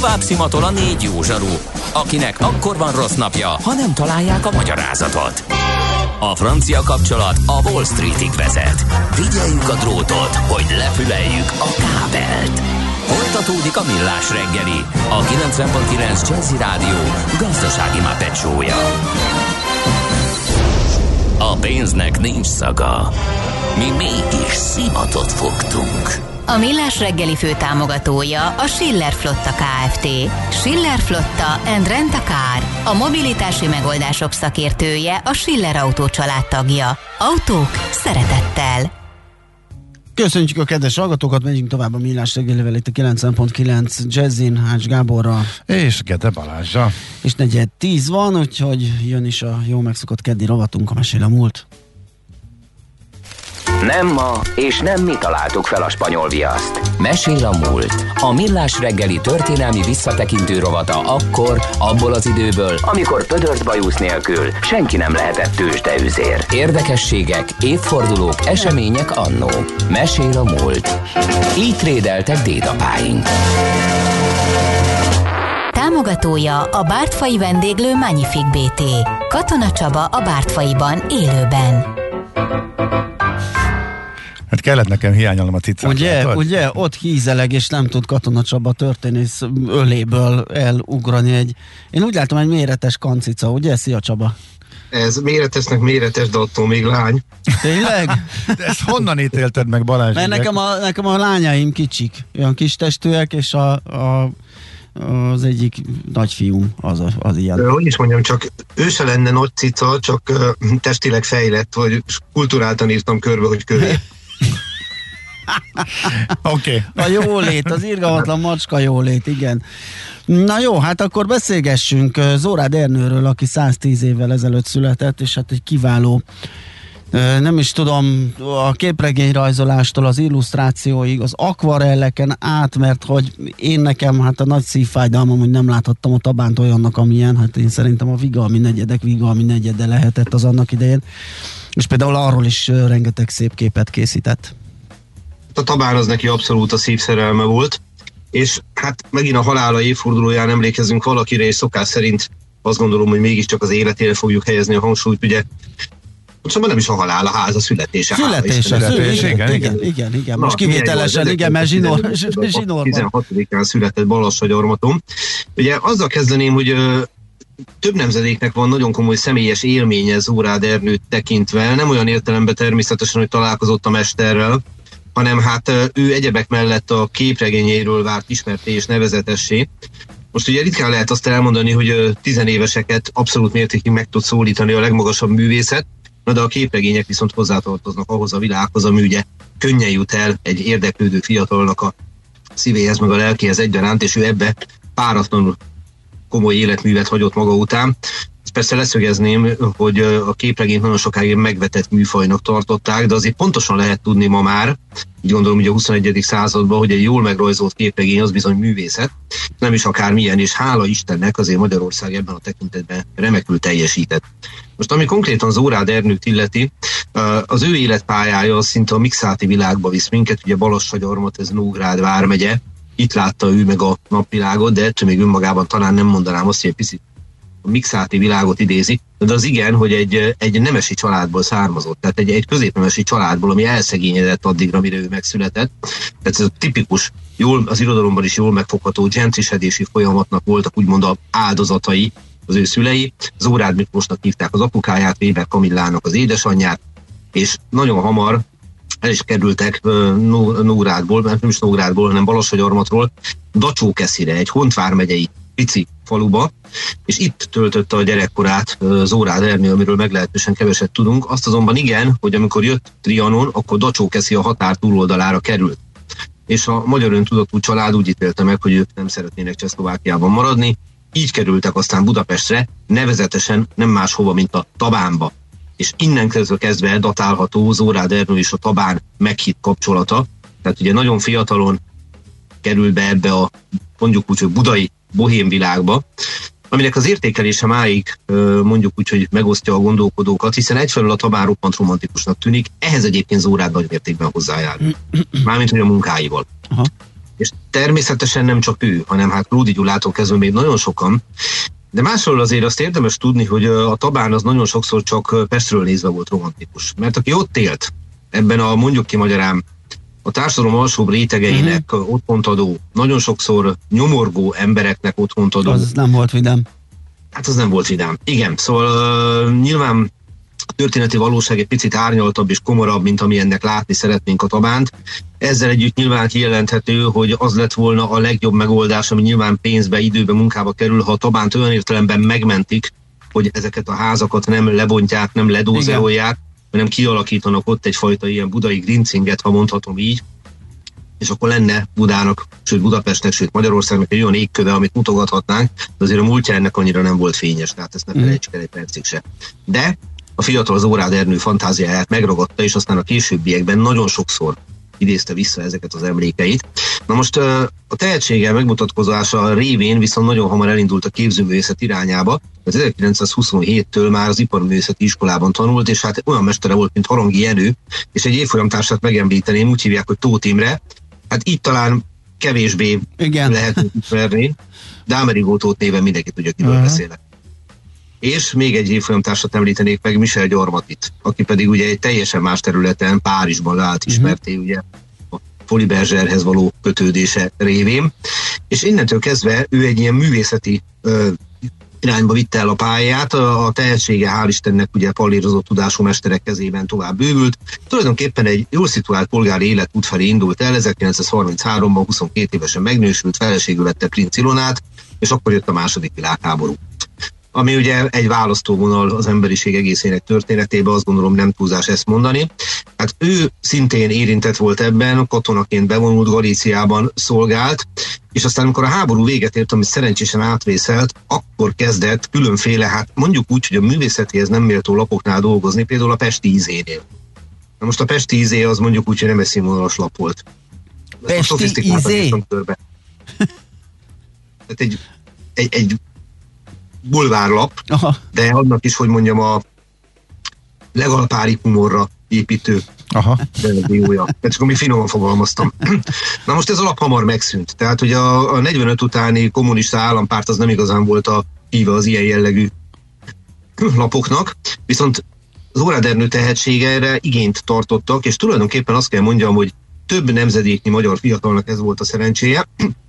Tovább szimatol a 4 jó zsaru, akinek akkor van rossz napja, ha nem találják a magyarázatot. A francia kapcsolat a Wall Streetig vezet. Figyeljük a drótot, hogy lefüleljük a kábelt. Folytatódik a Millás reggeli, a 90.9 Jazzy Rádió gazdasági Muppet show-ja. A pénznek nincs szaga. Mi mégis szimatot fogtunk. A Millás reggeli főtámogatója a Schiller Flotta Kft. Schiller Flotta and Rent a Car. A mobilitási megoldások szakértője, a Schiller Autó családtagja. Autók szeretettel. Köszönjük a kedves hallgatókat, megyünk tovább a Millás reggelivel itt a 90.9 Jazzin, Ács Gáborral. És Gede Balázsa. És 9:10 van, úgyhogy jön is a jó megszokott keddi rovatunk, a Mesél a múlt. Nem ma, és nem mi találtuk fel a spanyol viaszt. Mesél a múlt. A Millás reggeli történelmi visszatekintő rovata akkor, abból az időből, amikor pödört bajusz nélkül senki nem lehetett tőzsdeüzér. Érdekességek, évfordulók, események annó. Mesél a múlt. Így trédeltek dédapáink. Támogatója a Bártfai vendéglő Magnifique BT. Katona Csaba a Bártfaiban élőben. Hát kellett nekem hiányolnom a cicát. Ugye, ott hízeleg, és nem tud Katona Csaba történész öléből elugrani én úgy látom, egy méretes kancica, ugye? Szia Csaba! Ez méretesnek méretes, de attól még lány. Tényleg? De ezt honnan ítélted meg, Balázs? Mert nekem a lányaim kicsik, olyan kis testűek, és az egyik nagyfiúm az ilyen. Hogy is mondjam, csak ő se lenne nagy cica, csak testileg fejlett, vagy kulturáltan írtam körbe, hogy kövé. Oké. A jólét, az irgalmatlan macska jólét, igen. Na jó, hát akkor beszélgessünk Zórád Ernőről, aki 110 évvel ezelőtt született, és hát egy kiváló, nem is tudom, a képregényrajzolástól az illusztrációig, az akvarelleken át, mert hogy nekem hát a nagy szívfájdalmam, hogy nem láthattam a Tabánt olyannak, amilyen, hát én szerintem a Vigalmi negyede lehetett az annak idején, és például arról is rengeteg szép képet készített. A Tabán az neki abszolút a szívszerelme volt, és hát megint a halála évfordulóján emlékezünk valakire, és szokás szerint azt gondolom, hogy mégiscsak az életére fogjuk helyezni a hangsúlyt, ugye. Szóval nem is a halál, a ház, a születése. Igen. Most kivételesen, igen, mert zsinórban. 16-án született Balassagyarmaton. Ugye azzal kezdeném, hogy több nemzedéknek van nagyon komoly személyes élménye Zórád Ernőt tekintve, nem olyan értelemben természetesen, hogy találkozott a mesterrel, hanem hát ő egyebek mellett a képregényéről vált ismerté és nevezetessé. Most ugye ritkán lehet azt elmondani, hogy tizenéveseket abszolút mértékig meg tud szólítani a legmagasabb művészet, de a képregények viszont hozzátartoznak ahhoz a világhoz, ami ugye könnyen jut el egy érdeklődő fiatalnak a szívéhez, meg a lelkéhez egyaránt, és ő ebbe páratlanul komoly életművet hagyott maga után. Ezt persze leszögezném, hogy a képregényt nagyon sokáig megvetett műfajnak tartották, de azért pontosan lehet tudni ma már, így gondolom, hogy a 21. században, hogy egy jól megrajzolt képregény az bizony művészet, nem is akármilyen, és hála Istennek azért Magyarország ebben a tekintetben remekül teljesített. Most ami konkrétan Zórád Ernőt illeti, az ő életpályája szinte a mixáti világba visz minket, ugye Balassagyarmat, ez Nógrád vármegye, itt látta ő meg a napvilágot, de ettől még önmagában talán nem mondanám azt, hogy egy picit a mixáti világot idézi, de az igen, hogy egy nemesi családból származott, tehát egy középnemesi családból, ami elszegényedett addigra, mire ő megszületett. Tehát ez a tipikus, az irodalomban is jól megfogható gentrisedési folyamatnak voltak úgymond az áldozatai az ő szülei. Zórád Miklósnak hívták az apukáját, Weber Kamillának az édesanyját, és nagyon hamar el is kerültek Nógrádból, nem is Nógrádból, hanem Balassagyarmatról Dacsókeszire, egy Hont vármegyei pici faluba, és itt töltötte a gyerekkorát Zórád Ernő, amiről meglehetősen keveset tudunk. Azt azonban igen, hogy amikor jött Trianon, akkor Dacsókeszi a határ túloldalára került. És a magyar öntudatú család úgy ítélte meg, hogy ők nem szeretnének Csehszlovákiában maradni, így kerültek aztán Budapestre, nevezetesen nem máshova, mint a Tabánba. És innen kezdve datálható Zórád Ernő és a Tabán meghitt kapcsolata. Tehát ugye nagyon fiatalon kerül be ebbe a, mondjuk úgy, hogy budai bohém világba, aminek az értékelése máig mondjuk úgy, hogy megosztja a gondolkodókat, hiszen egyfelől a Tabán roppant romantikusnak tűnik, ehhez egyébként Zórád nagy mértékben hozzájárul. Mármint, hogy a munkáival. Aha. És természetesen nem csak ő, hanem hát Ródi Gyulától kezdve még nagyon sokan. De másról azért azt érdemes tudni, hogy a Tabán az nagyon sokszor csak Pestről nézve volt romantikus. Mert aki ott élt, ebben a mondjuk ki magyarán a társadalom alsóbb rétegeinek otthont adó, nagyon sokszor nyomorgó embereknek otthont adó. Az nem volt vidám. Hát az nem volt vidám. Igen, szóval nyilván a történeti valóság egy picit árnyaltabb és komorabb, mint amilyennek látni szeretnénk a Tabánt. Ezzel együtt nyilván kijelenthető, hogy az lett volna a legjobb megoldás, ami nyilván pénzbe, időbe, munkába kerül, ha a Tabánt olyan értelemben megmentik, hogy ezeket a házakat nem lebontják, nem ledózerolják, hanem kialakítanak ott egyfajta ilyen budai grincinget, ha mondhatom így, és akkor lenne Budának, sőt Budapestnek, sőt Magyarországnak egy olyan égköve, amit mutogathatnánk, de azért a múltja ennek annyira nem volt fényes, tehát ezt ne felejtsük el egy percig se. De a fiatal Órád Ernő fantáziáját megragadta, és aztán a későbbiekben nagyon sokszor idézte vissza ezeket az emlékeit. Na most a tehetséggel megmutatkozása révén viszont nagyon hamar elindult a képzőművészet irányába, mert 1927-től már az iparművészeti iskolában tanult, és hát olyan mestere volt, mint Harangi Jenő, és egy évfolyamtársat megemlíteném, úgy hívják, hogy Tóth Imre. Hát itt talán kevésbé lehet ismerni, de Amerigó Tóth néven mindenki tudja, kiről beszélek. És még egy évfolyamtársat említenék meg, Michel Gyarmatit, aki pedig ugye egy teljesen más területen, Párizsban vált ismerté, ugye a Folies Bergère-hez való kötődése révén. És innentől kezdve ő egy ilyen művészeti irányba vitte el a pályát, a tehetsége hál' Istennek ugye pallérozott tudású mesterek kezében tovább bővült. Tulajdonképpen egy jól szituált polgári életút felé indult el, 1933-ban 22 évesen megnősült, feleségül vette Princ Ilonát, és akkor jött a második világháború. Ami ugye egy választóvonal az emberiség egészének történetében, azt gondolom nem túlzás ezt mondani. Hát ő szintén érintett volt ebben, katonaként bevonult, Galíciában szolgált, és aztán amikor a háború véget ért, amit szerencsésen átvészelt, akkor kezdett különféle, hát mondjuk úgy, hogy a művészetéhez nem méltó lapoknál dolgozni, például a Pesti Ízénél. Na most a Pesti Ízé az mondjuk úgy, hogy nem egy színvonalas lap volt. Pesti Ízé? Tehát egy bulvárlap, de annak is, hogy mondjam, a legalpári humorra építő verziója. Tehát csak ami finoman fogalmaztam. Na most ez a lap hamar megszűnt. Tehát, hogy a 45 utáni kommunista állampárt az nem igazán volt a híve az ilyen jellegű lapoknak, viszont az Órád Ernő tehetségére igényt tartottak, és tulajdonképpen azt kell mondjam, hogy több nemzedéknyi magyar fiatalnak ez volt a szerencséje.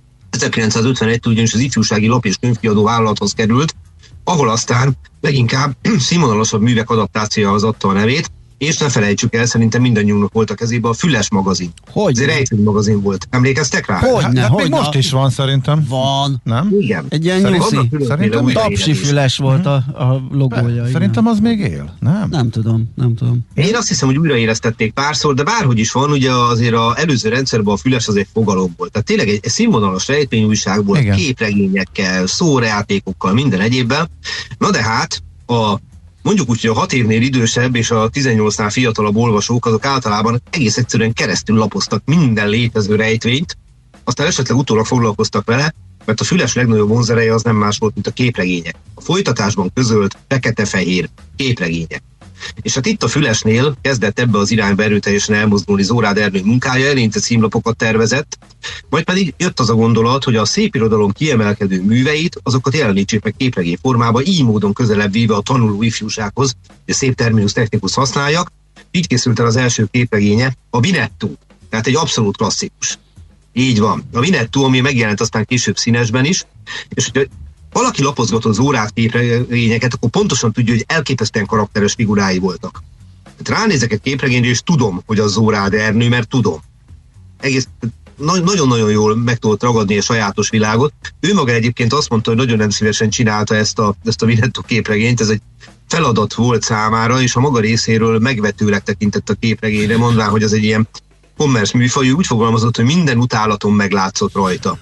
1951-től ugyanis az ifjúsági lap és könyvkiadó vállalathoz került, ahol aztán leginkább színvonalasabb művek adaptációjához adta a nevét, és ne felejtsük el, szerintem mindannyiunknak volt a kezében a Füles magazin. Ez egy rejtői magazin volt. Emlékeztek rá? Hát még most is van szerintem. Van. Nem? Igen. Egy ilyen nyuszi. Szerintem Tapsi Füles volt a logója. Szerintem az még él, nem? Nem tudom. Én azt hiszem, hogy újraélesztették párszor, de bárhogy is van, ugye azért az előző rendszerben a Füles az egy fogalom volt. Tehát tényleg egy színvonalas rejtvényújság volt, képregényekkel, szórajátékokkal, minden egyébben. Na de hát mondjuk úgy, hogy a 6 évnél idősebb és a 18-nál fiatalabb olvasók, azok általában egész egyszerűen keresztül lapoztak minden létező rejtvényt, aztán esetleg utólag foglalkoztak vele, mert a Füles legnagyobb vonzereje az nem más volt, mint a képregények. A folytatásban közölt fekete-fehér képregények. És hát itt a Fülesnél kezdett ebbe az irányba erőteljesen elmozdulni Órád Ernő munkája, eleinte címlapokat tervezett, majd pedig jött az a gondolat, hogy a szépirodalom kiemelkedő műveit, azokat jelenítsék meg képregény formába, így módon közelebb víve a tanuló ifjúsághoz, hogy a szép terminus technikus használjak. Így készült el az első képregénye, a Vinetto, tehát egy abszolút klasszikus. Így van. A Vinetto, ami megjelent aztán később színesben is, és hogyha valaki lapozgatott az Órád képregényeket, akkor pontosan tudja, hogy elképesztően karakteres figurái voltak. Tehát ránézek egy képregényre, és tudom, hogy az Órád Ernő, mert tudom. Egész nagyon-nagyon jól meg tudott ragadni a sajátos világot. Ő maga egyébként azt mondta, hogy nagyon nem szívesen csinálta ezt a Vinetto képregényt, ez egy feladat volt számára, és a maga részéről megvetőleg tekintett a képregényre, mondván, hogy az egy ilyen commerce műfajú, úgy fogalmazott, hogy minden utálatom meglátszott rajta.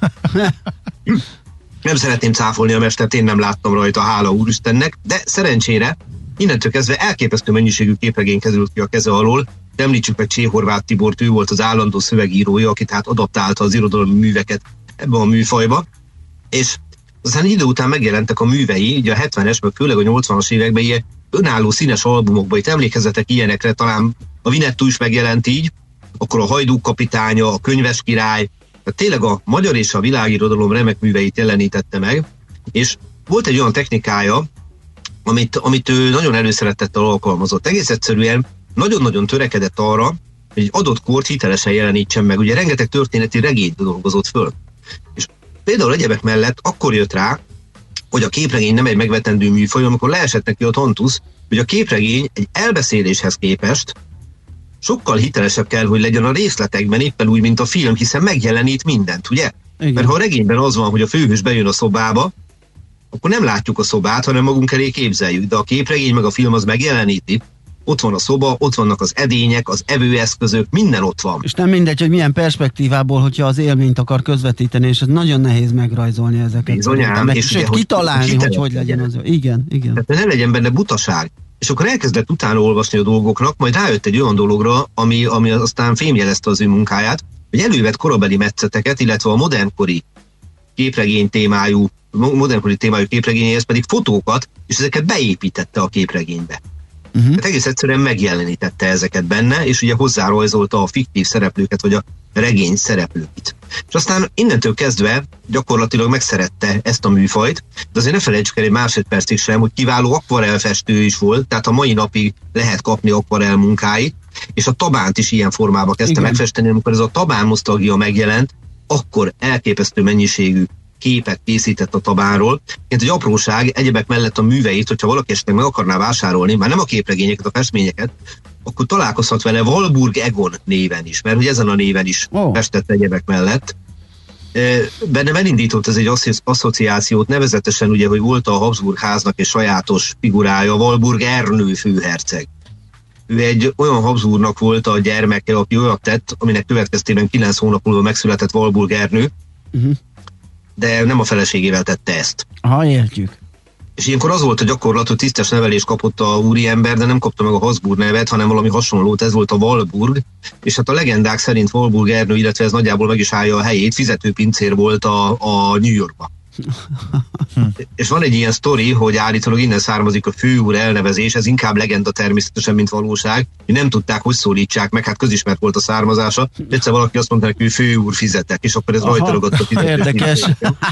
Nem szeretném cáfolni a mestert, én nem láttam rajta, hála úristennek, de szerencsére innentől kezdve elképesztő mennyiségű képregény került ki a keze alól. Említsük meg Csé Horváth Tibort, ő volt az állandó szövegírója, aki tehát adaptálta az irodalmi műveket ebbe a műfajba, és aztán idő után megjelentek a művei, ugye a 70-es, meg főleg a 80-as években ilyen önálló színes albumokban, itt emlékezzetek ilyenekre, talán a Vinetto is megjelent így, akkor a Hajdúk kapitánya, a Könyves király, Tehát tényleg a magyar és a világirodalom remek műveit jelenítette meg, és volt egy olyan technikája, amit ő nagyon előszeretettel alkalmazott. Egész egyszerűen nagyon-nagyon törekedett arra, hogy egy adott kort hitelesen jelenítsen meg. Ugye rengeteg történeti regényt dolgozott föl. És például egyebek mellett akkor jött rá, hogy a képregény nem egy megvetendő műfaj, amikor leesett neki a tantusz, hogy a képregény egy elbeszéléshez képest sokkal hitelesebb kell, hogy legyen a részletekben, éppen úgy, mint a film, hiszen megjelenít mindent, ugye? Igen. Mert ha a regényben az van, hogy a főhős bejön a szobába, akkor nem látjuk a szobát, hanem magunk elé képzeljük, de a képregény meg a film az megjeleníti. Ott van a szoba, ott vannak az edények, az evőeszközök, minden ott van. És nem mindegy, hogy milyen perspektívából, hogyha az élményt akar közvetíteni, és ez nagyon nehéz megrajzolni ezeket. Bizonyám, és ugye, kitalálni, hogy legyen az. Igen. Tehát ne legyen benne butaság. És akkor elkezdett utána olvasni a dolgoknak, majd rájött egy olyan dologra, ami aztán fémjelezte az ő munkáját, hogy elővett korabeli metszeteket, illetve a modernkori témájú képregényéhez pedig fotókat, és ezeket beépítette a képregénybe. Tehát egész egyszerűen megjelenítette ezeket benne, és ugye hozzárajzolta a fiktív szereplőket, vagy a regény szereplőit. És aztán innentől kezdve gyakorlatilag megszerette ezt a műfajt, de azért ne felejtsük el egy másodpercig sem, hogy kiváló akvarellfestő is volt, tehát a mai napig lehet kapni akvarell munkáit, és a tabánt is ilyen formában kezdte megfesteni, amikor ez a tabán nosztalgia megjelent, akkor elképesztő mennyiségű képet készített a tabánról. Egy apróság, egyebek mellett a műveit, hogyha valaki esetleg meg akarná vásárolni, már nem a képregényeket, a festményeket, akkor találkozhat vele Walburg Egon néven is, mert hogy ezen a néven is festett egyebek mellett. Bennem elindított ez egy asszociációt, nevezetesen ugye, hogy volt a Habsburg háznak egy sajátos figurája, Walburg Ernő főherceg. Ő egy olyan Habsburgnak volt a gyermeke, aki olyat tett, aminek következtében 9 hónap múlva megszületett Walburg Ernő, de nem a feleségével tette ezt. Aha, értjük. És ilyenkor az volt a gyakorlat, hogy tisztes nevelést kapott a úriember, de nem kapta meg a Habsburg nevet, hanem valami hasonlót, ez volt a Walburg, és hát a legendák szerint Walburg Ernő, illetve ez nagyjából meg is állja a helyét, fizetőpincér volt a New Yorkba. És van egy ilyen sztori, hogy állítólag innen származik a főúr elnevezés, ez inkább legenda természetesen, mint valóság, hogy nem tudták, hogy szólítsák meg, hát közismert volt a származása, egyszer valaki azt mondta neki, hogy főúr fizetek, és akkor ez rajta ragadt a fizető. Érdekes.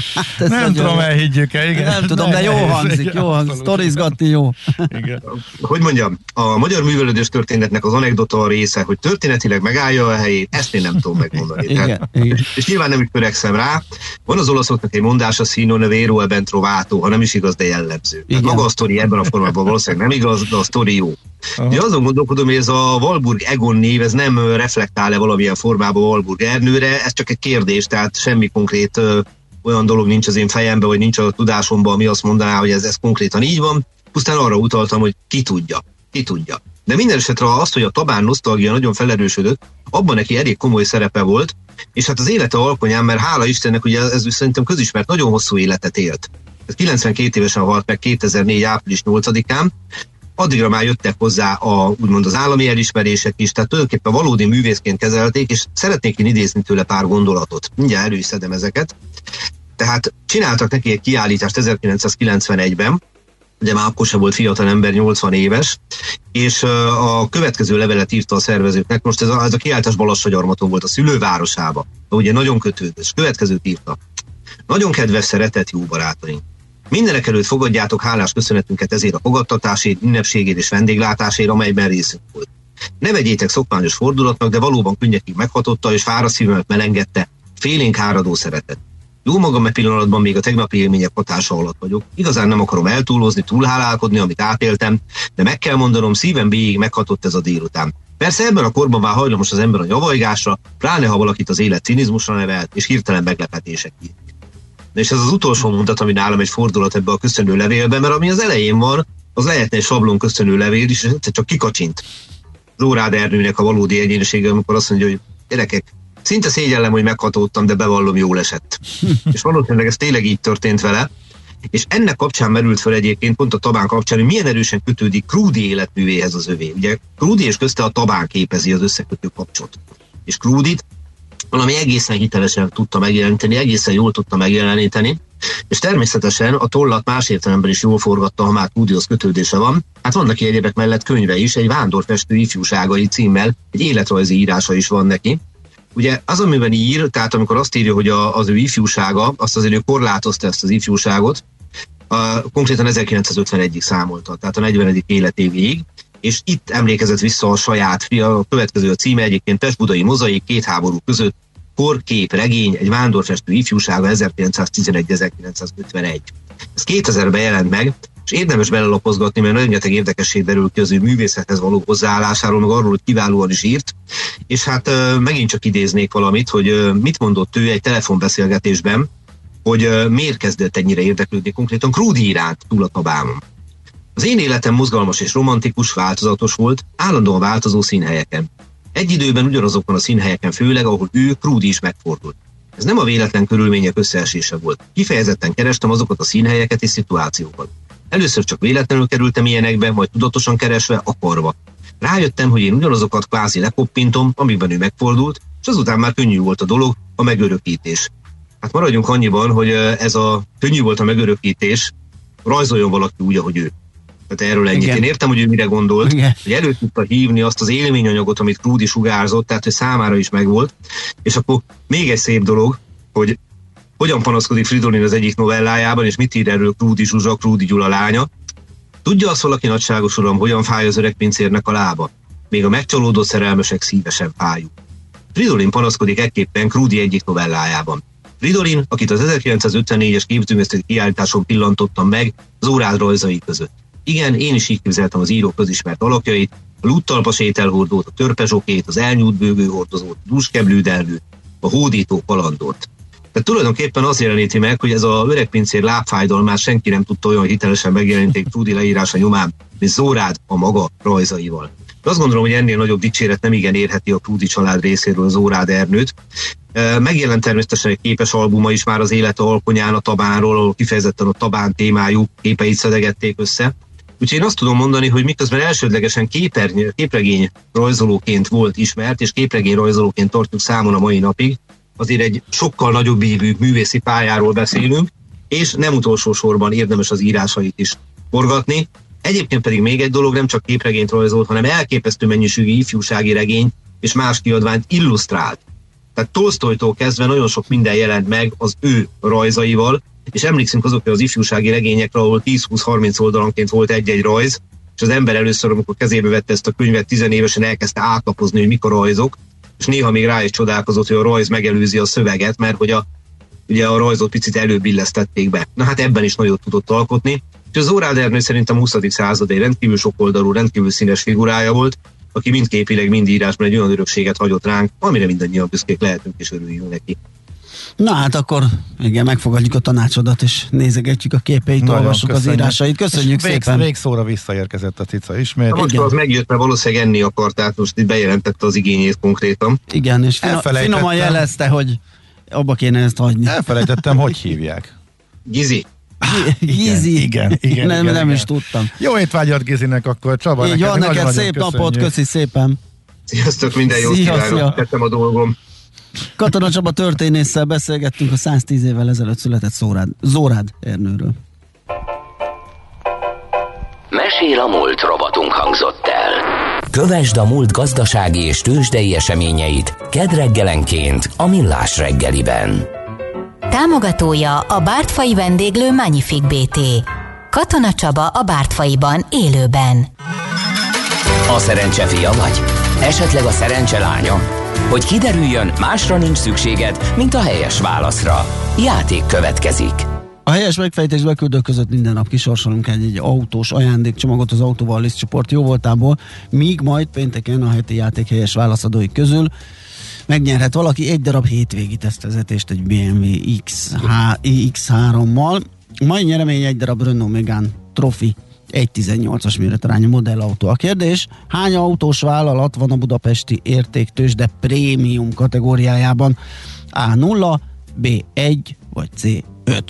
Nem tudom, elhiggyük-e, igen. Nem tudom, de jó hangzik, sztorizgatni jó. Igen. Hogy mondjam, a magyar művelődés történetnek az anekdota része, hogy történetileg megállja a helyét, ezt én nem tudom megmondani. Igen. És nyilván nem is törekszem rá. Van az olaszoknak egy mondása, sino ne vero e ben trovato, ha nem is igaz, de jellemző. Tehát maga a sztori ebben a formában valószínűleg nem igaz, de a sztori jó. Ugye azon gondolkodom, hogy ez a Walburg Egon név, ez nem reflektál-e valamilyen formában Walburg Ernőre, ez csak egy kérdés, tehát semmi konkrét olyan dolog nincs az én fejemben, vagy nincs a tudásomban, ami azt mondaná, hogy ez konkrétan így van. Pusztán arra utaltam, hogy ki tudja. De minden esetre azt, hogy a tabán nosztalgia nagyon felerősödött, abban neki elég komoly szerepe volt, és hát az élete alkonyán, mert hála Istennek, ugye ez szerintem közismert, nagyon hosszú életet élt. 92 évesen halt meg 2004. április 8-án, addigra már jöttek hozzá úgymond az állami elismerések is, tehát tulajdonképpen valódi művészként kezelték, és szeretnék én idézni tőle pár gondolatot. Mindjárt elő is szedem ezeket. Tehát csináltak neki egy kiállítást 1991-ben, ugye már akkor sem volt fiatal ember, 80 éves, és a következő levelet írta a szervezőknek. Most ez a kiállítás Balassagyarmaton volt, a szülővárosába, ugye nagyon kötődős. Következőt írta. Nagyon kedves, szeretett jó barátaink! Mindenek előtt fogadjátok hálás köszönetünket ezért a fogadtatásért, ünnepségért és vendéglátásért, amelyben részünk volt. Ne vegyétek szokványos fordulatnak, de valóban könnyekig meghatotta és fáradt szívemet melengedte félénk áradó szeretet. Jó magam e pillanatban még a tegnapi élmények hatása alatt vagyok. Igazán nem akarom eltúlozni, túlhálálkodni, amit átéltem, de meg kell mondanom, szívem bélyig meghatott ez a délután. Persze ebben a korban már hajlamos az ember a nyavajgásra, pláne ha valakit az élet cinizmusra nevelt, és hirtelen meglepetések írt. És ez az utolsó mondat, ami nálam egy fordulat ebbe a köszönő levélben, mert ami az elején van, az lehetne egy sablon köszönő levél is, és csak kikacsint. Zórád Ernőnek a valódi egyénisége, amikor azt mondja, hogy gyerekek, szinte szégyellem, hogy meghatódtam, de bevallom, jól esett. És valószínűleg ez tényleg így történt vele, és ennek kapcsán merült fel egyébként pont a tabán kapcsán, hogy milyen erősen kötődik Krúdy életművéhez az övé. Ugye Krúdy és közte a tabán képezi az összekötő kapcsot. És Krúdyt valami egészen hitelesen tudta megjeleníteni, egészen jól tudta megjeleníteni, és természetesen a tollat más értelemben is jól forgatta, ha már Krúdyhoz kötődése van. Hát van neki egyébek mellett könyve is, egy Vándorfestő ifjúságai címmel, egy életrajzi írása is van neki. Ugye az, amiben ír, tehát amikor azt írja, hogy az ő ifjúsága, azt azért ő korlátozta ezt az ifjúságot, konkrétan 1951-ig számolta, tehát a 40. életévéig, és itt emlékezett vissza a saját fia, a következő a címe egyébként Pest-Budai mozaik, két háború között, korkép, regény, egy vándorfestő ifjúsága 1911-1951. Ez 2000-ben jelent meg, és érdemes belelapozgatni, mert rengeteg érdekesség derül ki az ő művészethez való hozzáállásáról, meg arról, hogy kiválóan is írt. És hát megint csak idéznék valamit, hogy mit mondott ő egy telefonbeszélgetésben, hogy miért kezdett ennyire érdeklődni konkrétan Krúdy iránt túl a Tabámon. Az én életem mozgalmas és romantikus, változatos volt, állandóan változó színhelyeken. Egy időben ugyanazokon a színhelyeken főleg, ahol ő, Krúdy is megfordult. Ez nem a véletlen körülmények összeesése volt. Kifejezetten kerestem azokat a színhelyeket és szituációkat. Először csak véletlenül kerültem ilyenekbe, majd tudatosan keresve, akarva. Rájöttem, hogy én ugyanazokat kvázi lekoppintom, amiben ő megfordult, és azután már könnyű volt a dolog, a megörökítés. Hát maradjunk annyiban, hogy ez a könnyű volt a megörökítés, rajzoljon valaki úgy, ahogy ő. Tehát erről ennyit. Én értem, hogy ő mire gondolt, hogy elő tudta hívni azt az élményanyagot, amit Krúdy sugárzott, tehát hogy számára is megvolt. És akkor még egy szép dolog, hogy hogyan panaszkodik Fridolin az egyik novellájában, és mit ír erről Krúdy Zsuzsa, Krúdy Gyula lánya. Tudja azt valaki, nagyságos uram, hogyan fáj az öreg pincérnek a lába? Még a megcsalódott szerelmesek szívesen fájuk. Fridolin panaszkodik ekképpen Krúdy egyik novellájában. Fridolin, akit az 1954-es képzőművészeti kiállításon pillantottam meg az órád rajzai között. Igen, én is így képzeltem az író közismert alakjait, a lúttalpas ételhordót, a törpezsokét, az elnyújt bőgőhordozót, a dúskeblődelvűt, a hódító kalandort. Tehát tulajdonképpen azt jeleníti meg, hogy ez a öregpincér lábfájdalmát senki nem tudta olyan hitelesen megjeleníték Krúdy leírása nyomán, mint Zórád a maga rajzaival. De azt gondolom, hogy ennél nagyobb dicséret nem igen érheti a Krúdy család részéről az Órád Ernőt. Megjelent természetesen egy képes albuma is már az élete alkonyán a Tabánról, ahol kifejezetten a Tabán témájú képeit szedegették össze. Úgyhogy én azt tudom mondani, hogy miközben elsődlegesen képregény rajzolóként volt ismert, és képregény rajzolóként tartjuk számon a mai napig, azért egy sokkal nagyobb évű művészi pályáról beszélünk, és nem utolsó sorban érdemes az írásait is forgatni. Egyébként pedig még egy dolog, nem csak képregényt rajzolt, hanem elképesztő mennyiségű ifjúsági regény és más kiadványt illusztrált. Tehát Tolsztojtól kezdve nagyon sok minden jelent meg az ő rajzaival, és emlékszünk azokra az ifjúsági regényekre, ahol 10-20-30 oldalanként volt egy-egy rajz, és az ember először, amikor kezébe vette ezt a könyvet, 10 évesen elkezdte átlapozni, hogy mik a rajzok, és néha még rá is csodálkozott, hogy a rajz megelőzi a szöveget, mert hogy ugye a rajzot picit előbb illesztették be. Na hát ebben is nagyot tudott alkotni. És az Órád Ernő szerintem a 20. század egy rendkívül sokoldalú, rendkívül színes figurája volt, aki mind képileg, mind írásban egy olyan örökséget hagyott ránk, amire mindannyian büszkék lehetünk és örüljünk neki. Na hát akkor igen, megfogadjuk a tanácsodat, és nézegetjük a képeit, olvassuk az írásait. Köszönjük szépen. Végszóra visszaérkezett a cica ismét. Most az megjött, mert valószínűleg enni akart, tehát most itt bejelentette az igényét konkrétan. Igen, és finoman jelezte, hogy abba kéne ezt hagyni. Elfelejtettem, hogy hívják. Gizi. Gizi. Igen. Nem is tudtam. Jó étvágyat Gizinek akkor, Csaba. Így van, neked szép napot, köszi szépen. Sziasztok, minden jót kívánok, tettem a dolgom. Katona Csaba történésszel beszélgettünk a 110 évvel ezelőtt született Zórád Ernőről. Mesél a múlt rovatunk hangzott el. Kövesd a múlt gazdasági és tőzsdei eseményeit kedd reggelenként a Millás reggeliben. Támogatója a Bártfai vendéglő Magnifique BT. Katona Csaba a Bártfaiban élőben. A szerencse fia vagy? Esetleg a szerencse lánya? Hogy kiderüljön, másra nincs szükséged, mint a helyes válaszra. Játék következik. A helyes megfejtés beküldők között minden nap kisorsolunk egy autós ajándékcsomagot az Autóval Liszt csoport jóvoltából, míg majd pénteken a heti játék helyes válaszadói közül megnyerhet valaki egy darab hétvégi tesztvezetést egy BMW X3-mal. A mai nyeremény egy darab Renault Megane Trophy 1.18-as méretarányú modellautó. A kérdés, hány autós vállalat van a budapesti értéktőzsde prémium kategóriájában? A0, B1 vagy C5?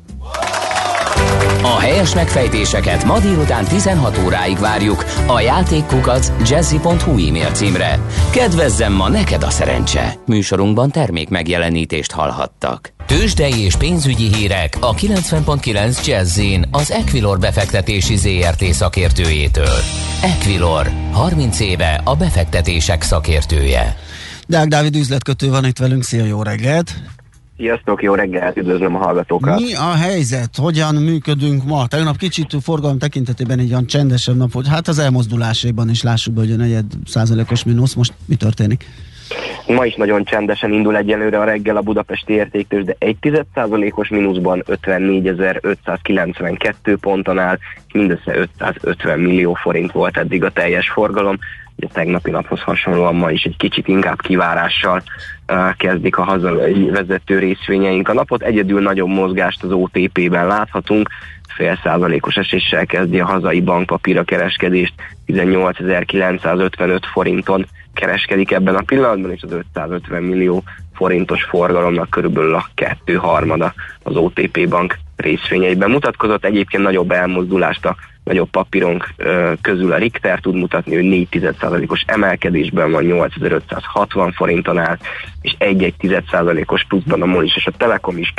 A helyes megfejtéseket ma délután 16 óráig várjuk a játékkukac@jazzy.hu e-mail címre. Kedvezzem ma neked a szerencse! Műsorunkban termék megjelenítést hallhattak. Tőzsdei és pénzügyi hírek a 90.9 Jazzyn az Equilor befektetési ZRT szakértőjétől. Equilor, 30 éve a befektetések szakértője. Deák Dávid üzletkötő van itt velünk, szia, jó reggelt! Sziasztok, jó reggelt, üdvözlöm a hallgatókat! Mi a helyzet? Hogyan működünk ma? Tegnap kicsit forgalom tekintetében egy olyan csendesebb nap, hogy hát az elmozdulásaiban is lássuk be, hogy a 4%-os mínusz, most mi történik? Ma is nagyon csendesen indul egyelőre a reggel a budapesti értéktőzsde, de 1,1%-os mínuszban 54.592 ponton áll, mindössze 550 millió forint volt eddig a teljes forgalom. Ugye a tegnapi naphoz hasonlóan ma is egy kicsit inkább kivárással kezdik a hazai vezető részvényeink a napot. Egyedül nagyobb mozgást az OTP-ben láthatunk, 0,5%-os eséssel kezdi a hazai bankpapíra kereskedést, 18.955 forinton kereskedik ebben a pillanatban, és az 550 millió forintos forgalomnak körülbelül a 2/3 az OTP bank részvényeiben mutatkozott. Egyébként nagyobb elmozdulást a nagyobb papírunk közül a Richter tud mutatni, hogy 4,1%-os emelkedésben van, 8560 forinton áll, és 1,1%-os pluszban a MOL is, és a Telekom is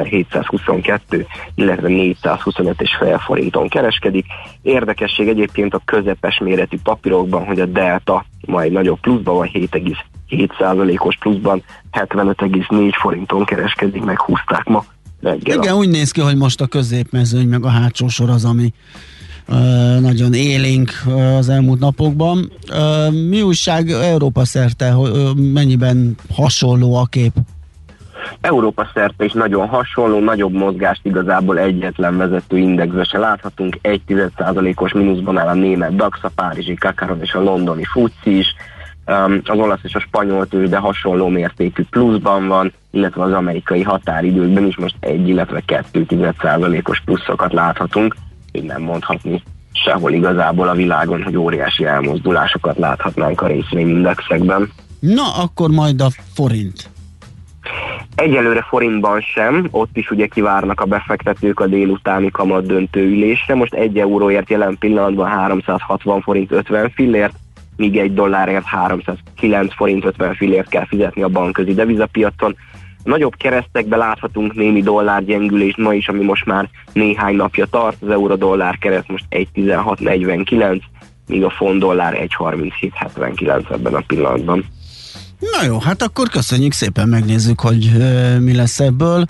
2722, illetve 425,5 forinton kereskedik. Érdekesség egyébként a közepes méretű papírokban, hogy a Delta majd nagyobb pluszban van, 7,7%-os pluszban, 75,4 forinton kereskedik, meg húzták ma reggel. Igen, úgy néz ki, hogy most a középmezőny meg a hátsó sor az, ami nagyon élénk az elmúlt napokban. Mi újság Európa szerte, mennyiben hasonló a kép? Európa szerte is nagyon hasonló, nagyobb mozgást igazából egyetlen vezető indexbe se láthatunk, 1,1%-os mínuszban áll a német DAX, a párizsi Kakaron és a londoni FTSE is, az olasz és a spanyol tőzsde hasonló mértékű pluszban van, illetve az amerikai határidőkben is most 1, illetve 2,1%-os pluszokat láthatunk, így nem mondhatni sehol igazából a világon, hogy óriási elmozdulásokat láthatnánk a részvényindexekben. Na, akkor majd a forint. Egyelőre forintban sem, ott is ugye kivárnak a befektetők a délutáni kamat döntőülésre, most 1 euróért jelen pillanatban 360 forint 50 fillért, míg $1 309 forint 50 fillért kell fizetni a bankközi devizapiacon. Nagyobb keresztekbe láthatunk némi dollárgyengülést ma is, ami most már néhány napja tart. Az euró-dollár kereszt most 1,1649, míg a font-dollár 1,3779 ebben a pillanatban. Na jó, hát akkor köszönjük szépen, megnézzük, hogy mi lesz ebből.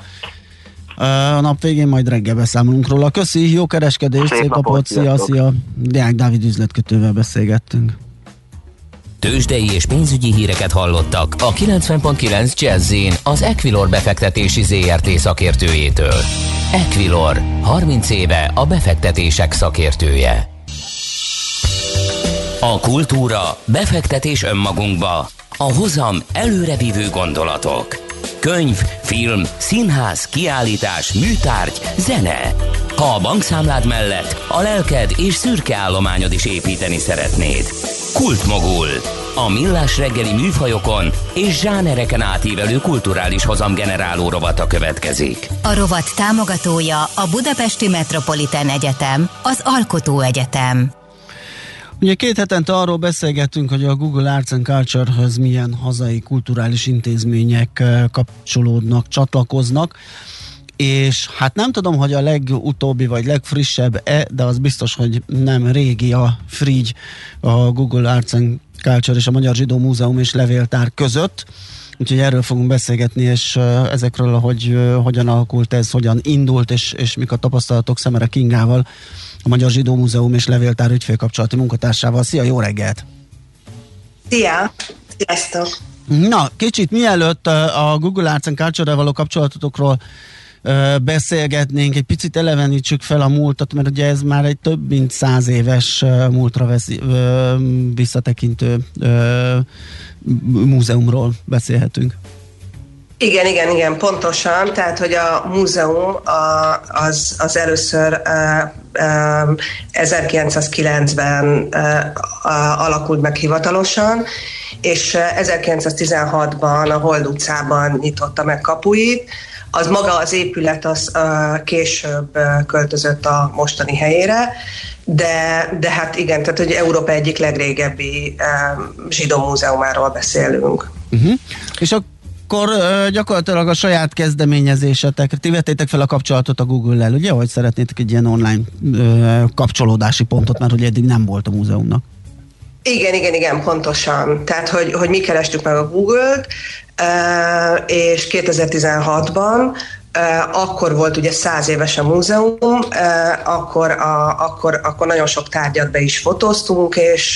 A nap végén majd reggel beszámolunk róla. Köszi, jó kereskedést, szép napot, szia! Deák Dávid üzletkötővel beszélgettünk. Tőzsdei és pénzügyi híreket hallottak a 90.9 Jazz-in az Equilor befektetési ZRT szakértőjétől. Equilor, 30 éve a befektetések szakértője. A kultúra, befektetés önmagunkba, a hozam előrevívő gondolatok. Könyv, film, színház, kiállítás, műtárgy, zene. Ha a bankszámlád mellett a lelked és szürke állományod is építeni szeretnéd. Kultmogul. A millás reggeli műfajokon és zsánereken átívelő kulturális hozamgeneráló rovata következik. A rovat támogatója a Budapesti Metropolitán Egyetem, az Alkotó Egyetem. Ugye 2 hetente arról beszélgettünk, hogy a Google Arts and Culture-höz milyen hazai kulturális intézmények kapcsolódnak, csatlakoznak, és hát nem tudom, hogy a legutóbbi vagy legfrissebb de az biztos, hogy nem régi a Frigy, a Google Arts and Culture és a Magyar Zsidó Múzeum és Levéltár között, úgyhogy erről fogunk beszélgetni, és ezekről, hogy hogyan alakult ez, hogyan indult, és mik a tapasztalatok Szemere Kingával, a Magyar Zsidó Múzeum és Levéltár ügyfélkapcsolati munkatársával. Szia, jó reggelt! Szia! Sziasztok! Na, kicsit mielőtt a Google Arts and Culture-rel való kapcsolatotokról beszélgetnénk, egy picit elevenítsük fel a múltat, mert ugye ez már egy több mint 100 éves múltra visszatekintő múzeumról beszélhetünk. Igen, pontosan. Tehát, hogy a múzeum az először 1909-ben alakult meg hivatalosan, és 1916-ban a Hold utcában nyitotta meg kapuit. Az maga az épület az később költözött a mostani helyére, de hát igen, tehát hogy Európa egyik legrégebbi zsidó múzeumáról beszélünk. És akkor gyakorlatilag a saját kezdeményezésetek, ti vettétek fel a kapcsolatot a Google-lel, ugye, hogy szeretnétek egy ilyen online kapcsolódási pontot, mert ugye eddig nem volt a múzeumnak. Igen, pontosan. Tehát, hogy mi kerestük meg a Google-t, és 2016-ban akkor volt ugye 100 éves a múzeum, akkor nagyon sok tárgyat be is fotóztunk,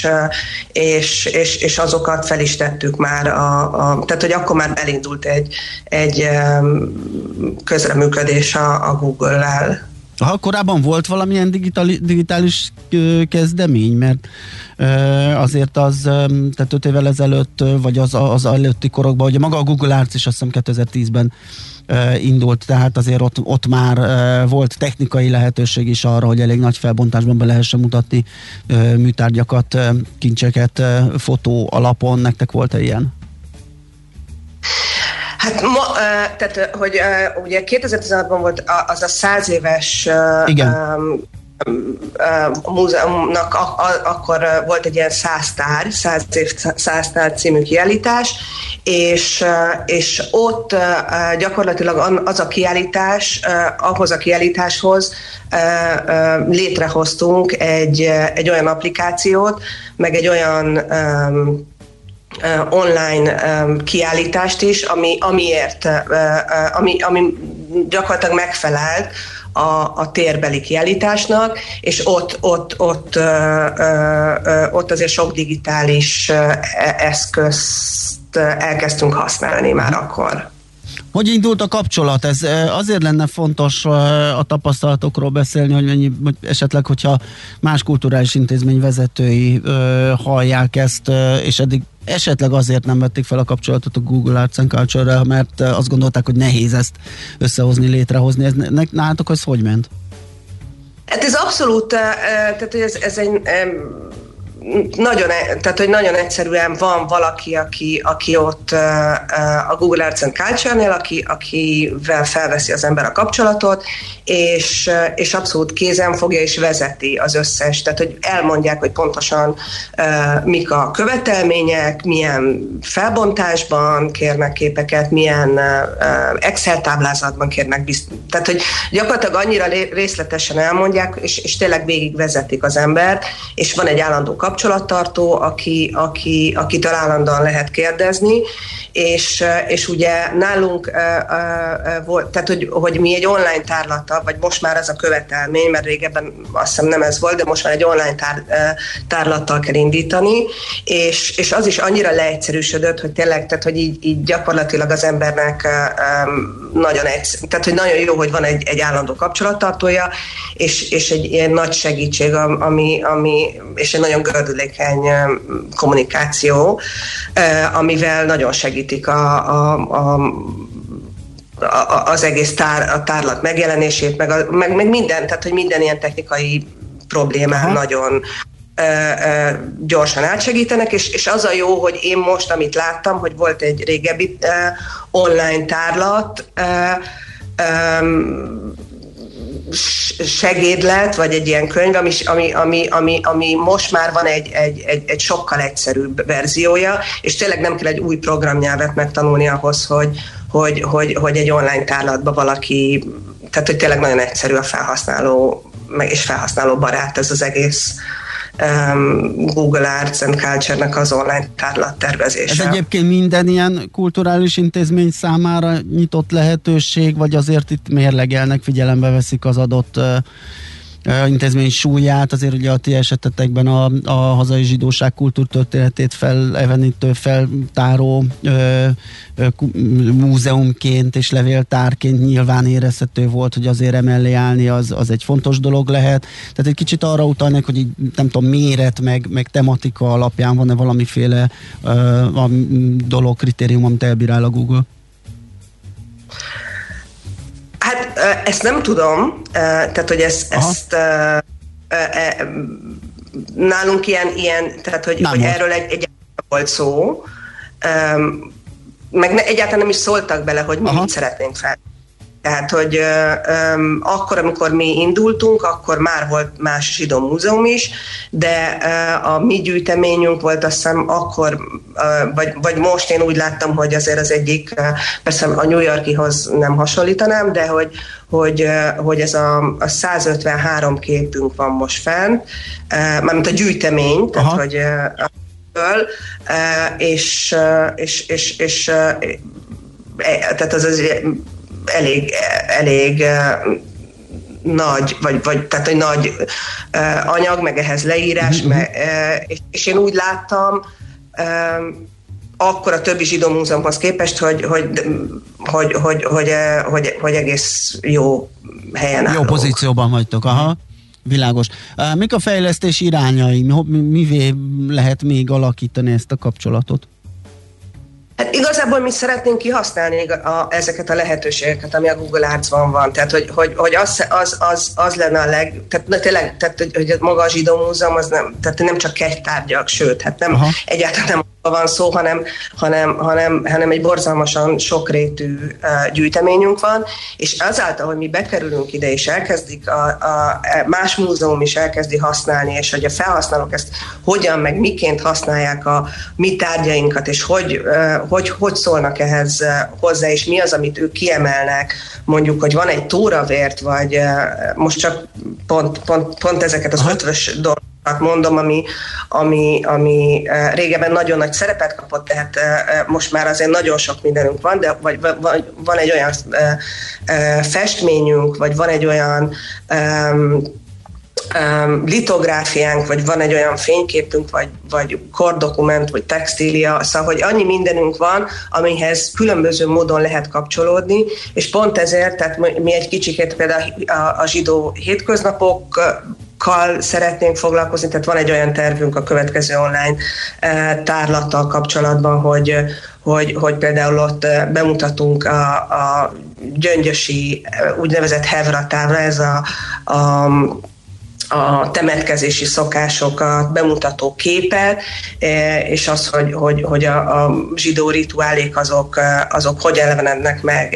és azokat fel is tettük már, tehát hogy akkor már elindult egy közreműködés a Google-lel. Korábban volt valamilyen digitális kezdemény, mert azért az, tehát 5 évvel ezelőtt, vagy az előtti korokban, ugye maga a Google Arts is azt hiszem 2010-ben indult, tehát azért ott már volt technikai lehetőség is arra, hogy elég nagy felbontásban be lehessen mutatni műtárgyakat, kincseket fotó alapon. Nektek volt-e ilyen? Hát tehát, hogy ugye 2016-ban volt az a 100 éves múzeumnak akkor volt egy ilyen 100 év 100 tárgy című kiállítás, és ott gyakorlatilag az a kiállítás, ahhoz a kiállításhoz létrehoztunk egy olyan applikációt, meg egy olyan online kiállítást is, ami gyakorlatilag megfelelt a térbeli kiállításnak, és ott azért sok digitális eszközt elkezdtünk használni már akkor. Hogy indult a kapcsolat? Ez azért lenne fontos a tapasztalatokról beszélni, hogy esetleg, hogyha más kulturális intézmény vezetői hallják ezt, és eddig esetleg azért nem vették fel a kapcsolatot a Google Arts and Culture-rel, mert azt gondolták, hogy nehéz ezt összehozni, létrehozni. Nálatok ez hogy ment? Hát ez abszolút, tehát hogy ez egy nagyon egyszerűen van valaki, aki ott a Google Arts and Culture-nél, akivel felveszi az ember a kapcsolatot, és abszolút kézen fogja és vezeti az összes, tehát hogy elmondják, hogy pontosan mik a követelmények, milyen felbontásban kérnek képeket, milyen Excel táblázatban kérnek, tehát hogy gyakorlatilag annyira részletesen elmondják, és tényleg végig vezetik az embert, és van egy állandó kapcsolattartó, akitől állandóan lehet kérdezni, és ugye nálunk volt, tehát hogy mi egy online tárlattal, vagy most már ez a követelmény, mert régebben azt hiszem nem ez volt, de most már egy online tárlattal kell indítani, és az is annyira leegyszerűsödött, hogy tényleg, tehát hogy így gyakorlatilag az embernek tehát hogy nagyon jó, hogy van egy állandó kapcsolattartója, és egy ilyen nagy segítség, és egy nagyon gördülékeny kommunikáció, amivel nagyon segítik az egész tárlat megjelenését, meg minden, tehát hogy minden ilyen technikai problémán nagyon gyorsan átsegítenek, és az a jó, hogy én most, amit láttam, hogy volt egy régebbi online tárlat, segédlet, vagy egy ilyen könyv, ami most már van egy sokkal egyszerűbb verziója, és tényleg nem kell egy új programnyelvet megtanulni ahhoz, hogy egy online tárlatba valaki, tehát hogy tényleg nagyon egyszerű a felhasználó, és felhasználó barát ez az egész Google Arts and Culture-nek az online tárlat tervezése. Ez egyébként minden ilyen kulturális intézmény számára nyitott lehetőség, vagy azért itt mérlegelnek, figyelembe veszik az adott intézmény súlyát, azért ugye a ti esetetekben a hazai zsidóság kultúrtörténetét felevenítő, feltáró múzeumként és levéltárként nyilván érezhető volt, hogy azért emellé állni az egy fontos dolog lehet. Tehát egy kicsit arra utalnék, hogy így, nem tudom, méret, meg tematika alapján van-e valamiféle dolog, kritérium, amit elbírál a Google? Hát ezt nem tudom, tehát hogy ezt nálunk ilyen tehát hogy erről egy volt szó, meg egyáltalán nem is szóltak bele, hogy mi mit szeretnénk fel. Tehát, hogy akkor, amikor mi indultunk, akkor már volt más zsidó múzeum is, de a mi gyűjteményünk volt, azt hiszem akkor, vagy most én úgy láttam, hogy azért az egyik, persze a New Yorkihoz nem hasonlítanám, de hogy ez a 153 képünk van most fenn, mármint a gyűjtemény, tehát hogy tehát az elég nagy, vagy tehát egy nagy anyag, meg ehhez leírás, és én úgy láttam, akkor a többi zsidó múzeumhoz képest, hogy egész jó helyen állunk. Jó pozícióban vagytok, aha. Világos. Mik a fejlesztés irányai? Mivé lehet még alakítani ezt a kapcsolatot? Hát igazából mi szeretnénk kihasználni ezeket a lehetőségeket, ami a Google Arts-ban van. Tehát, hogy az lenne a tehát tényleg, tehát, hogy maga a zsidó múzeum, az nem csak kegytárgyak, sőt, hát nem egyáltalán nem van szó, hanem egy borzalmasan sokrétű gyűjteményünk van, és azáltal, hogy mi bekerülünk ide, és elkezdik más múzeum is elkezdi használni, és hogy a felhasználók ezt hogyan, meg miként használják a mi tárgyainkat, és hogy szólnak ehhez hozzá, és mi az, amit ők kiemelnek, mondjuk, hogy van egy tóravért, vagy most csak pont ezeket az ötvös dolgokat mondom, ami régebben nagyon nagy szerepet kapott, tehát most már azért nagyon sok mindenünk van, de vagy van egy olyan festményünk, vagy van egy olyan litográfiánk, vagy van egy olyan fényképünk, vagy kordokument, vagy textília, szóval, hogy annyi mindenünk van, amihez különböző módon lehet kapcsolódni, és pont ezért, tehát mi egy kicsikét például a zsidó hétköznapokkal szeretnénk foglalkozni, tehát van egy olyan tervünk a következő online tárlattal kapcsolatban, hogy például ott bemutatunk a gyöngyösi úgynevezett hevratávra, ez a temetkezési szokásokat bemutató képet, és az, hogy a zsidó rituálék azok hogy elevenednek meg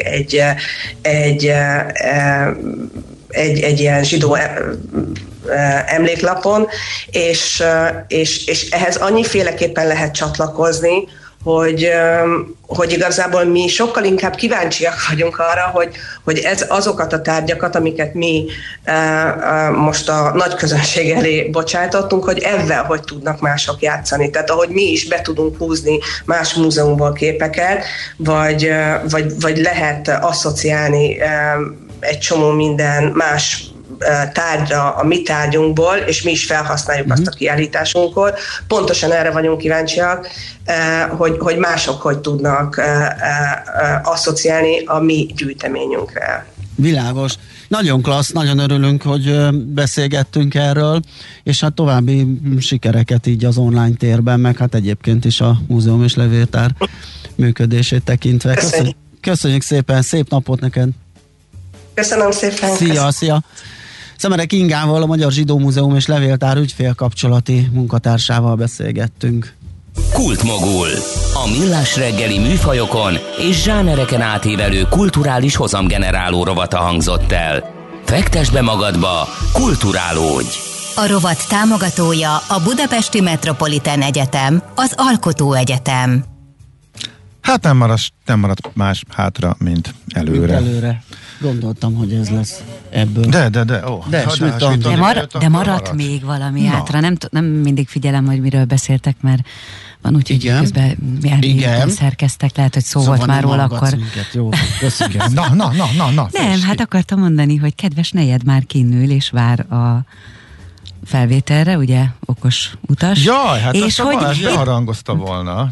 egy ilyen zsidó emléklapon, és ehhez annyiféleképpen lehet csatlakozni, hogy igazából mi sokkal inkább kíváncsiak vagyunk arra, hogy azokat a tárgyakat, amiket mi most a nagy közönség elé bocsátottunk, hogy ezzel hogy tudnak mások játszani. Tehát ahogy mi is be tudunk húzni más múzeumból képeket, vagy lehet asszociálni egy csomó minden más tárgyra a mi tárgyunkból, és mi is felhasználjuk azt a kiállításunkkor. Pontosan erre vagyunk kíváncsiak, hogy mások hogy tudnak asszociálni a mi gyűjteményünkre. Világos. Nagyon klassz, nagyon örülünk, hogy beszélgettünk erről, és hát további sikereket így az online térben, meg hát egyébként is a múzeum és levéltár működését tekintve. Köszönjük szépen, szép napot neked! Köszönöm szépen! Szia! Szemerek Ingával, a Magyar Zsidó Múzeum és Levéltár ügyfélkapcsolati munkatársával beszélgettünk. Kultmogul. A millás reggeli műfajokon és zsánereken átívelő kulturális hozamgeneráló rovata hangzott el. Fektesd be magadba, kulturálódj! A rovat támogatója a Budapesti Metropolitán Egyetem, az Alkotó Egyetem. Hát nem maradt más hátra, mint előre. Gondoltam, hogy ez lesz ebből. De maradt még valami hátra. Nem mindig figyelem, hogy miről beszéltek, mert van úgy, hogy közben milyen szerkeztek, lehet, hogy szó volt már róla, akkor... Jó, köszönjük. Na. Nem, hát akartam mondani, hogy kedves nejed már kinnül, és vár a felvételre, ugye, okos utas. Jaj, hát és azt hogy beharangozta volna.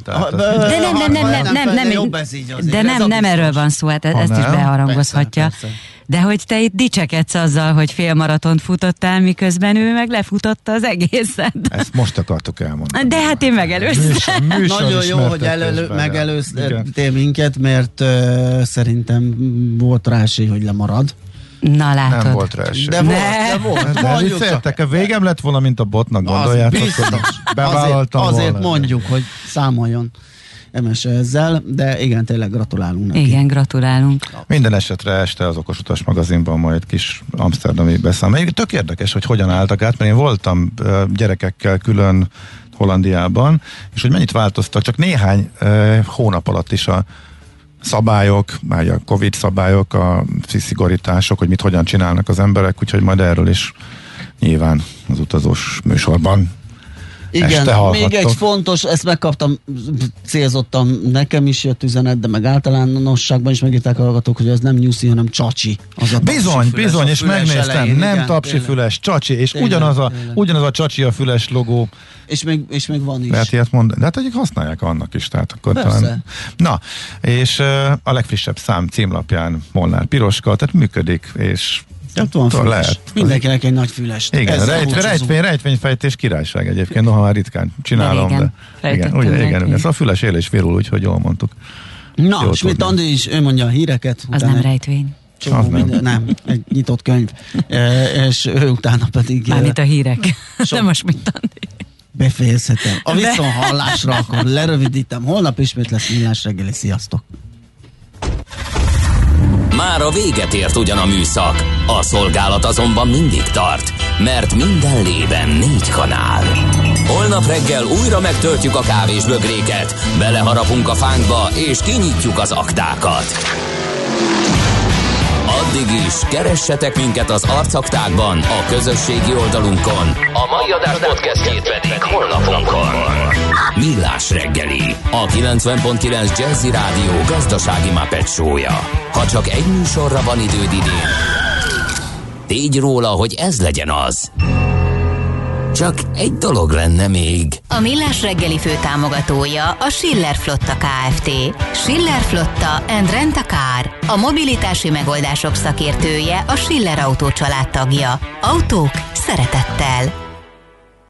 Nem erről van szó, hát ezt is beharangozhatja. Persze. De hogy te itt dicsekedsz azzal, hogy félmaratont futottál, miközben ő meg lefutotta az egészet. Ezt most akartok elmondani. De hát én megelőztem. Nagyon jó, hogy megelőztél minket, mert szerintem volt rá esély, hogy lemarad. Na látod. Nem volt rá esély. De volt. De vicceltek, a végem lett volna, mint a botnak, gondoljátok, hogy bevállaltam azért volna. mondjuk, hogy számoljon Emese ezzel, de igen, tényleg gratulálunk neki. Igen, gratulálunk. Minden esetre este az Okos Utas magazinban majd kis amszterdami beszámoló. Tök érdekes, hogy hogyan álltak át, mert én voltam gyerekekkel külön Hollandiában, és hogy mennyit változtak, csak néhány hónap alatt is a szabályok, már a Covid szabályok, a szigorítások, hogy hogyan csinálnak az emberek, úgyhogy majd erről is nyilván az utazós műsorban igen, még egy fontos, ezt megkaptam célzottan, nekem is jött üzenet, de meg általánosságban is megírták a hallgatók, hogy ez nem nyuszi, hanem csacsi. Bizony, és megnéztem, elején, nem igen, tapsifüles, csacsi, és ugyanaz a csacsi a füles logó. És még van is. Lehet ilyet mondani, de hát egyik használják annak is, tehát akkor talán... Na, és a legfrissebb szám címlapján Molnár Piroska, tehát működik, és lehet. Mindenkinek egy nagy füles. Igen, rejtvényfejtés királyság egyébként, noha már ritkán csinálom, de igen, ez a füles él és vérul, úgyhogy jól mondtuk. Na, Schmidt Andi is, ő mondja a híreket. Az nem rejtvény. Nem, egy nyitott könyv. És ő utána pedig... Mármint a hírek. Nem a Schmidt Andi. Befejezhetem. A viszonthallásra akkor lerövidítem. Holnap ismét lesz Millás reggeli. Sziasztok! Már a véget ért ugyan a műszak, a szolgálat azonban mindig tart, mert minden lében 4 kanál. Holnap reggel újra megtöltjük a kávésbögréket, beleharapunk a fánkba és kinyitjuk az aktákat. Addig is keressetek minket az arcaktákban, a közösségi oldalunkon. A mai adás podcastjét pedig holnapunkon. Millás reggeli, a 90.9 Jazzy Rádió gazdasági Muppet show-ja. Ha csak egy műsorra van időd idén, tégy róla, hogy ez legyen az. Csak egy dolog lenne még. A Millás reggeli főtámogatója a Schiller Flotta Kft. Schiller Flotta and Rent a Car. A mobilitási megoldások szakértője, a Schiller Autó család tagja. Autók szeretettel.